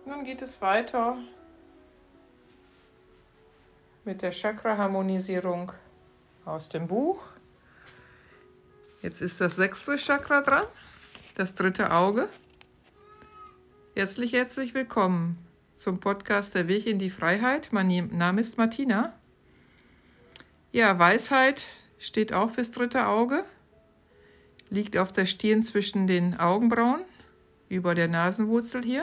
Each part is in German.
Nun geht es weiter mit der Chakra-Harmonisierung aus dem Buch. Jetzt ist das 6. Chakra dran, das 3. Auge. Herzlich willkommen zum Podcast Der Weg in die Freiheit. Mein Name ist Martina. Ja, Weisheit steht auch fürs 3. Auge, liegt auf der Stirn zwischen den Augenbrauen, über der Nasenwurzel hier.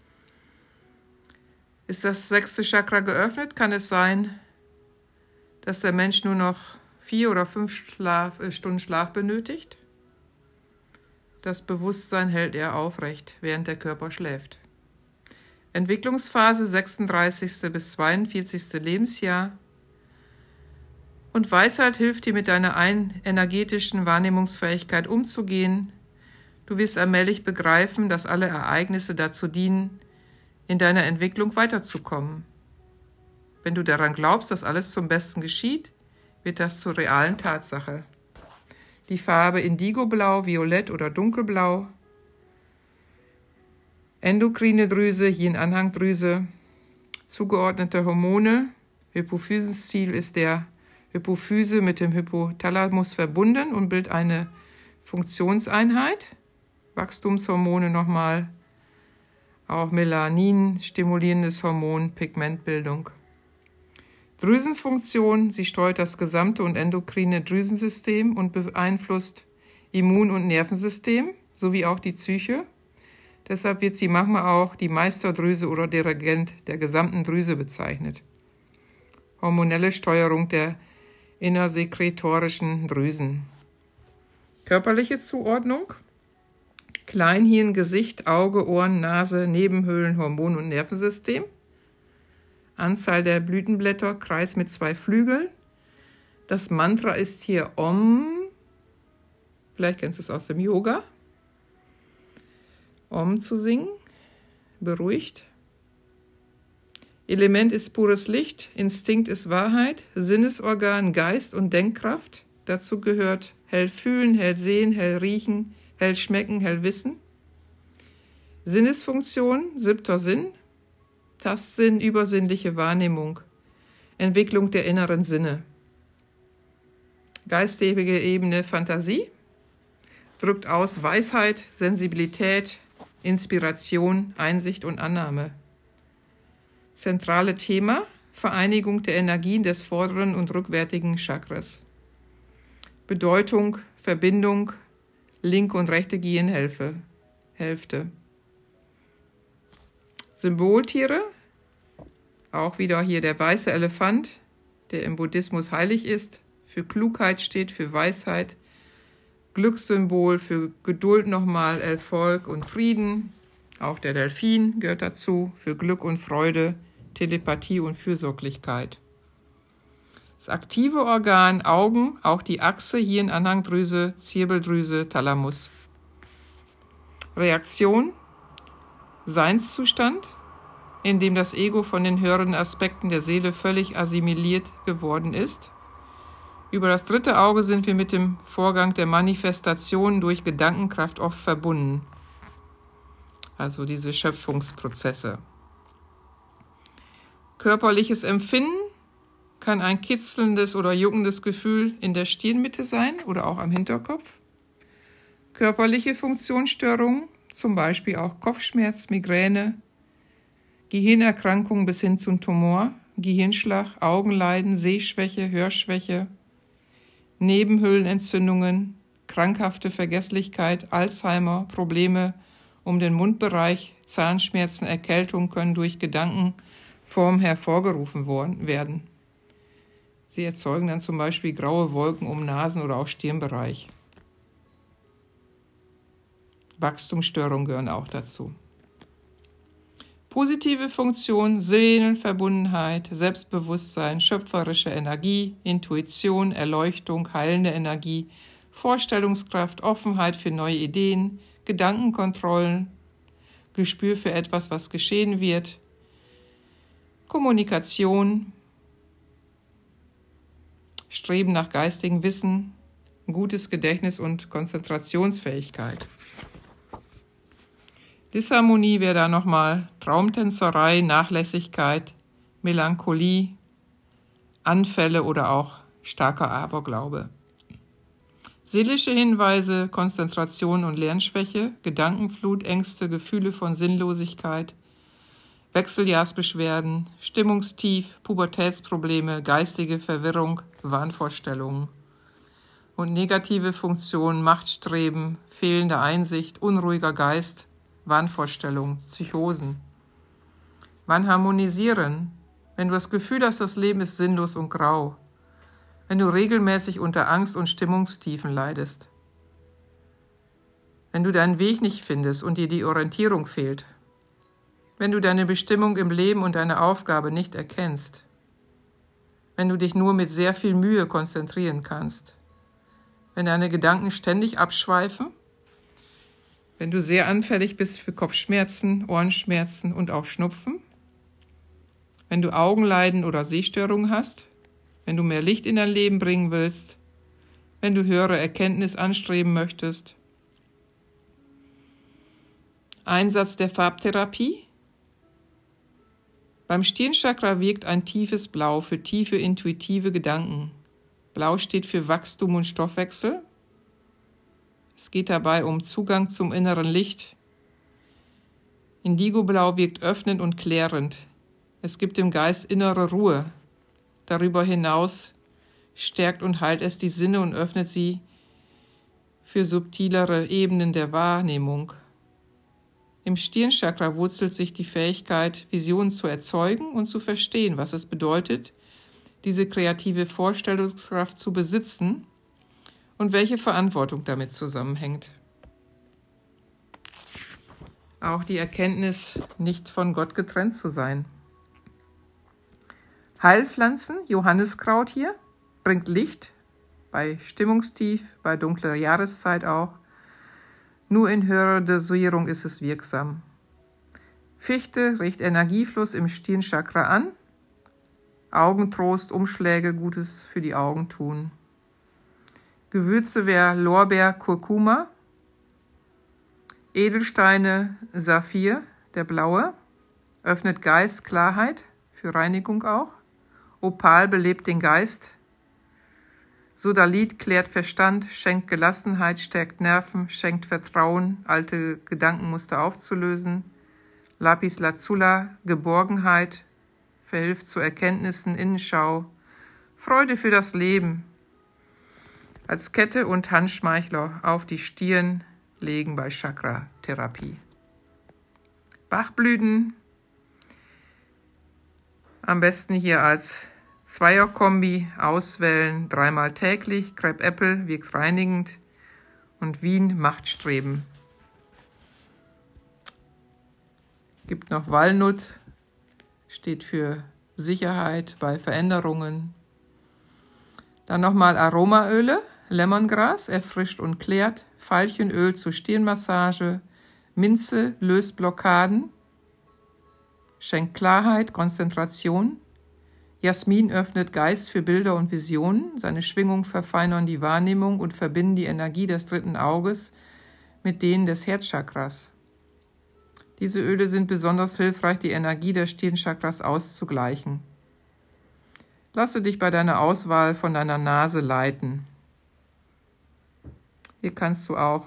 Ist das 6. Chakra geöffnet, kann es sein, dass der Mensch nur noch 4 oder 5 Stunden Schlaf benötigt. Das Bewusstsein hält er aufrecht, während der Körper schläft. Entwicklungsphase 36. bis 42. Lebensjahr. Und Weisheit hilft dir, mit deiner energetischen Wahrnehmungsfähigkeit umzugehen. Du wirst allmählich begreifen, dass alle Ereignisse dazu dienen, in deiner Entwicklung weiterzukommen. Wenn du daran glaubst, dass alles zum Besten geschieht, wird das zur realen Tatsache. Die Farbe Indigoblau, Violett oder Dunkelblau. Endokrine Drüse, Yin-Anhangdrüse. Zugeordnete Hormone. Hypophysenstil ist der Hypophyse mit dem Hypothalamus verbunden und bildet eine Funktionseinheit. Wachstumshormone nochmal. Auch Melanin, stimulierendes Hormon, Pigmentbildung. Drüsenfunktion, sie steuert das gesamte und endokrine Drüsensystem und beeinflusst Immun- und Nervensystem sowie auch die Psyche. Deshalb wird sie manchmal auch die Meisterdrüse oder Dirigent der gesamten Drüse bezeichnet. Hormonelle Steuerung der innersekretorischen Drüsen. Körperliche Zuordnung: Kleinhirn, Gesicht, Auge, Ohren, Nase, Nebenhöhlen, Hormon- und Nervensystem. Anzahl der Blütenblätter, Kreis mit 2 Flügeln. Das Mantra ist hier Om. Vielleicht kennst du es aus dem Yoga. Om zu singen, beruhigt. Element ist pures Licht, Instinkt ist Wahrheit, Sinnesorgan, Geist und Denkkraft. Dazu gehört hell fühlen, hell sehen, hell riechen, hell schmecken, hell wissen. Sinnesfunktion, 7. Sinn. Tastsinn, übersinnliche Wahrnehmung, Entwicklung der inneren Sinne. Geistige Ebene, Fantasie, drückt aus Weisheit, Sensibilität, Inspiration, Einsicht und Annahme. Zentrale Thema: Vereinigung der Energien des vorderen und rückwärtigen Chakras. Bedeutung: Verbindung, linke und rechte Gehirnhälfte. Symboltiere, auch wieder hier der weiße Elefant, der im Buddhismus heilig ist, für Klugheit steht, für Weisheit, Glückssymbol, für Geduld nochmal, Erfolg und Frieden, auch der Delfin gehört dazu, für Glück und Freude, Telepathie und Fürsorglichkeit. Das aktive Organ, Augen, auch die Achse, Hirn-Anhangdrüse, Zirbeldrüse, Thalamus. Reaktion: Seinszustand, in dem das Ego von den höheren Aspekten der Seele völlig assimiliert geworden ist. Über das 3. Auge sind wir mit dem Vorgang der Manifestation durch Gedankenkraft oft verbunden. Also diese Schöpfungsprozesse. Körperliches Empfinden kann ein kitzelndes oder juckendes Gefühl in der Stirnmitte sein oder auch am Hinterkopf. Körperliche Funktionsstörungen, zum Beispiel auch Kopfschmerz, Migräne, Gehirnerkrankungen bis hin zum Tumor, Gehirnschlag, Augenleiden, Sehschwäche, Hörschwäche, Nebenhöhlenentzündungen, krankhafte Vergesslichkeit, Alzheimer, Probleme um den Mundbereich, Zahnschmerzen, Erkältung können durch Gedankenform hervorgerufen werden. Sie erzeugen dann zum Beispiel graue Wolken um Nasen- oder auch Stirnbereich. Wachstumsstörungen gehören auch dazu. Positive Funktion: Seelenverbundenheit, Selbstbewusstsein, schöpferische Energie, Intuition, Erleuchtung, heilende Energie, Vorstellungskraft, Offenheit für neue Ideen, Gedankenkontrollen, Gespür für etwas, was geschehen wird, Kommunikation, Streben nach geistigem Wissen, gutes Gedächtnis und Konzentrationsfähigkeit. Disharmonie wäre da nochmal Traumtänzerei, Nachlässigkeit, Melancholie, Anfälle oder auch starker Aberglaube. Seelische Hinweise, Konzentration und Lernschwäche, Gedankenflut, Ängste, Gefühle von Sinnlosigkeit, Wechseljahrsbeschwerden, Stimmungstief, Pubertätsprobleme, geistige Verwirrung, Wahnvorstellungen. Und negative Funktionen, Machtstreben, fehlende Einsicht, unruhiger Geist, Wahnvorstellungen, Psychosen. Wann harmonisieren? Wenn du das Gefühl hast, das Leben ist sinnlos und grau. Wenn du regelmäßig unter Angst und Stimmungstiefen leidest. Wenn du deinen Weg nicht findest und dir die Orientierung fehlt. Wenn du deine Bestimmung im Leben und deine Aufgabe nicht erkennst. Wenn du dich nur mit sehr viel Mühe konzentrieren kannst. Wenn deine Gedanken ständig abschweifen. Wenn du sehr anfällig bist für Kopfschmerzen, Ohrenschmerzen und auch Schnupfen. Wenn du Augenleiden oder Sehstörungen hast. Wenn du mehr Licht in dein Leben bringen willst, wenn du höhere Erkenntnis anstreben möchtest. Einsatz der Farbtherapie. Beim Stirnchakra wirkt ein tiefes Blau für tiefe intuitive Gedanken. Blau steht für Wachstum und Stoffwechsel. Es geht dabei um Zugang zum inneren Licht. Indigoblau wirkt öffnend und klärend. Es gibt dem Geist innere Ruhe. Darüber hinaus stärkt und heilt es die Sinne und öffnet sie für subtilere Ebenen der Wahrnehmung. Im Stirnchakra wurzelt sich die Fähigkeit, Visionen zu erzeugen und zu verstehen, was es bedeutet, diese kreative Vorstellungskraft zu besitzen und welche Verantwortung damit zusammenhängt. Auch die Erkenntnis, nicht von Gott getrennt zu sein. Heilpflanzen, Johanniskraut hier, bringt Licht, bei Stimmungstief, bei dunkler Jahreszeit auch. Nur in höherer Dosierung ist es wirksam. Fichte regt Energiefluss im Stirnchakra an. Augentrost, Umschläge, Gutes für die Augen tun. Gewürze wäre Lorbeer, Kurkuma. Edelsteine, Saphir, der blaue, öffnet Geist, Klarheit, für Reinigung auch. Opal belebt den Geist. Sodalit klärt Verstand, schenkt Gelassenheit, stärkt Nerven, schenkt Vertrauen, alte Gedankenmuster aufzulösen. Lapis Lazuli, Geborgenheit, verhilft zu Erkenntnissen, Innenschau, Freude für das Leben. Als Kette und Handschmeichler auf die Stirn legen bei Chakra-Therapie. Bachblüten, am besten hier als Zweierkombi auswählen, 3-mal täglich. Crêpe Apple wirkt reinigend und Wien Machtstreben. Gibt noch Walnut, steht für Sicherheit bei Veränderungen. Dann nochmal Aromaöle, Lemongrass erfrischt und klärt, Veilchenöl zur Stirnmassage, Minze löst Blockaden, schenkt Klarheit, Konzentration. Jasmin öffnet Geist für Bilder und Visionen. Seine Schwingungen verfeinern die Wahrnehmung und verbinden die Energie des dritten Auges mit denen des Herzchakras. Diese Öle sind besonders hilfreich, die Energie des Stirnchakras auszugleichen. Lasse dich bei deiner Auswahl von deiner Nase leiten. Hier kannst du auch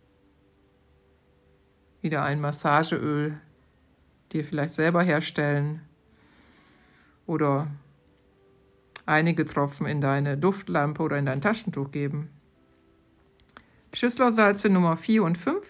wieder ein Massageöl dir vielleicht selber herstellen oder einige Tropfen in deine Duftlampe oder in dein Taschentuch geben. Schüsslersalze Nummer 4 und 5.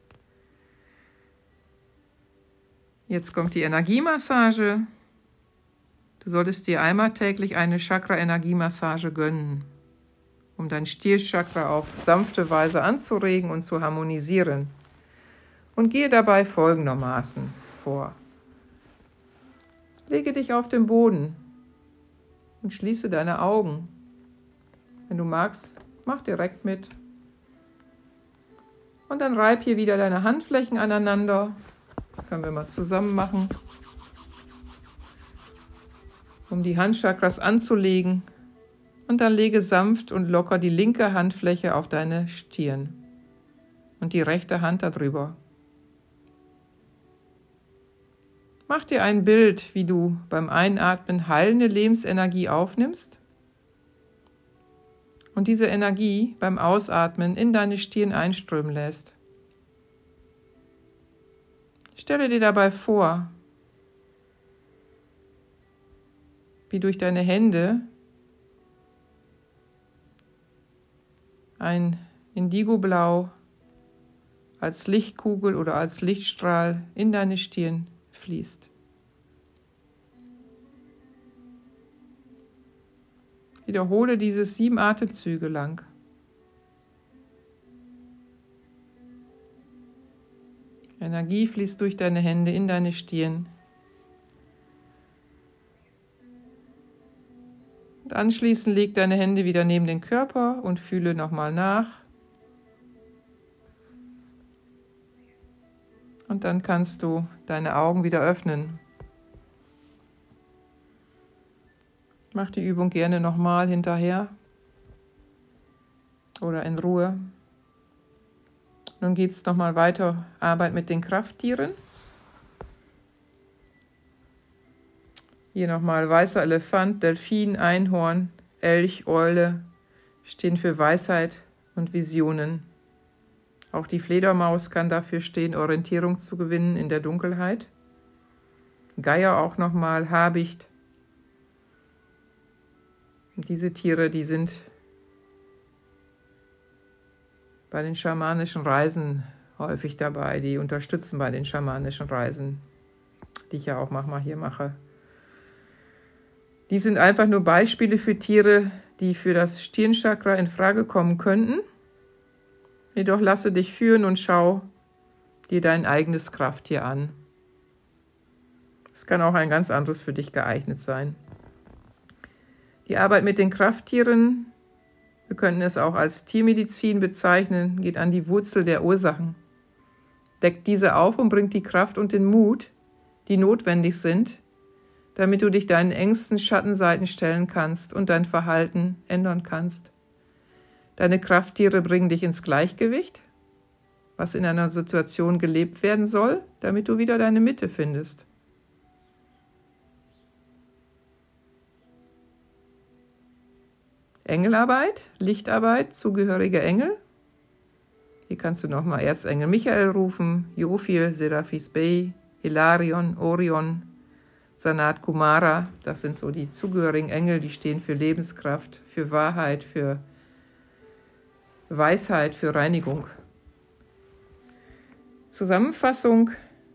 Jetzt kommt die Energiemassage. Du solltest dir einmal täglich eine Chakra-Energiemassage gönnen, um dein Stirnchakra auf sanfte Weise anzuregen und zu harmonisieren. Und gehe dabei folgendermaßen vor. Lege dich auf den Boden und schließe deine Augen. Wenn du magst, mach direkt mit. Und dann reib hier wieder deine Handflächen aneinander. Können wir mal zusammen machen, um die Handchakras anzulegen. Und dann lege sanft und locker die linke Handfläche auf deine Stirn und die rechte Hand darüber. Mach dir ein Bild, wie du beim Einatmen heilende Lebensenergie aufnimmst und diese Energie beim Ausatmen in deine Stirn einströmen lässt. Stelle dir dabei vor, wie durch deine Hände ein Indigoblau als Lichtkugel oder als Lichtstrahl in deine Stirn fließt. Wiederhole dieses 7 Atemzüge lang. Energie fließt durch deine Hände in deine Stirn. Und anschließend leg deine Hände wieder neben den Körper und fühle nochmal nach. Und dann kannst du deine Augen wieder öffnen. Mach die Übung gerne nochmal hinterher oder in Ruhe. Nun geht es nochmal weiter, Arbeit mit den Krafttieren. Hier nochmal weißer Elefant, Delfin, Einhorn, Elch, Eule stehen für Weisheit und Visionen. Auch die Fledermaus kann dafür stehen, Orientierung zu gewinnen in der Dunkelheit. Geier auch nochmal, Habicht. Und diese Tiere, die sind bei den schamanischen Reisen häufig dabei. Die unterstützen bei den schamanischen Reisen, die ich ja auch manchmal hier mache. Die sind einfach nur Beispiele für Tiere, die für das Stirnchakra in Frage kommen könnten. Jedoch lasse dich führen und schau dir dein eigenes Krafttier an. Es kann auch ein ganz anderes für dich geeignet sein. Die Arbeit mit den Krafttieren, wir können es auch als Tiermedizin bezeichnen, geht an die Wurzel der Ursachen. Deckt diese auf und bringt die Kraft und den Mut, die notwendig sind, damit du dich deinen engsten Schattenseiten stellen kannst und dein Verhalten ändern kannst. Deine Krafttiere bringen dich ins Gleichgewicht, was in einer Situation gelebt werden soll, damit du wieder deine Mitte findest. Engelarbeit, Lichtarbeit, zugehörige Engel. Hier kannst du nochmal Erzengel Michael rufen, Jophiel, Seraphis Bey, Hilarion, Orion, Sanat Kumara. Das sind so die zugehörigen Engel, die stehen für Lebenskraft, für Wahrheit, für Weisheit, für Reinigung. Zusammenfassung: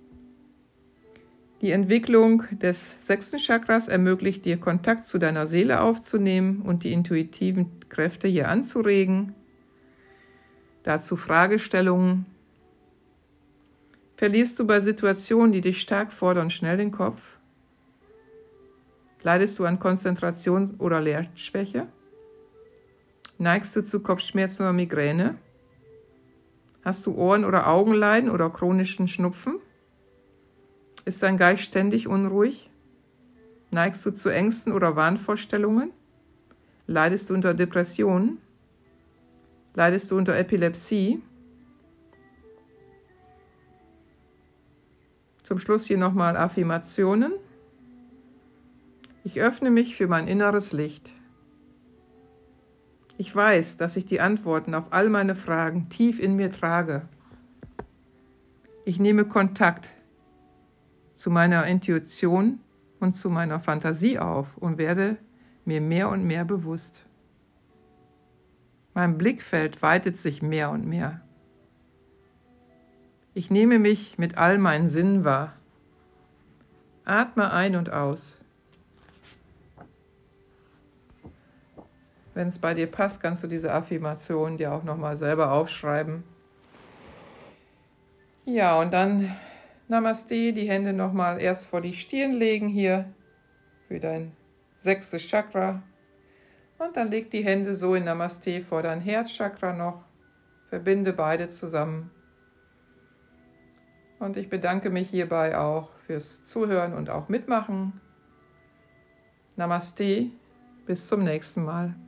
Die Entwicklung des 6. Chakras ermöglicht dir, Kontakt zu deiner Seele aufzunehmen und die intuitiven Kräfte hier anzuregen. Dazu Fragestellungen. Verlierst du bei Situationen, die dich stark fordern, schnell den Kopf? Leidest du an Konzentration- oder Lernschwäche? Neigst du zu Kopfschmerzen oder Migräne? Hast du Ohren- oder Augenleiden oder chronischen Schnupfen? Ist dein Geist ständig unruhig? Neigst du zu Ängsten oder Wahnvorstellungen? Leidest du unter Depressionen? Leidest du unter Epilepsie? Zum Schluss hier nochmal Affirmationen. Ich öffne mich für mein inneres Licht. Ich weiß, dass ich die Antworten auf all meine Fragen tief in mir trage. Ich nehme Kontakt zu meiner Intuition und zu meiner Fantasie auf und werde mir mehr und mehr bewusst. Mein Blickfeld weitet sich mehr und mehr. Ich nehme mich mit all meinen Sinnen wahr. Atme ein und aus. Wenn es bei dir passt, kannst du diese Affirmation dir auch nochmal selber aufschreiben. Ja, und dann Namaste, die Hände nochmal erst vor die Stirn legen hier für dein 6. Chakra. Und dann leg die Hände so in Namaste vor dein Herzchakra noch. Verbinde beide zusammen. Und ich bedanke mich hierbei auch fürs Zuhören und auch Mitmachen. Namaste, bis zum nächsten Mal.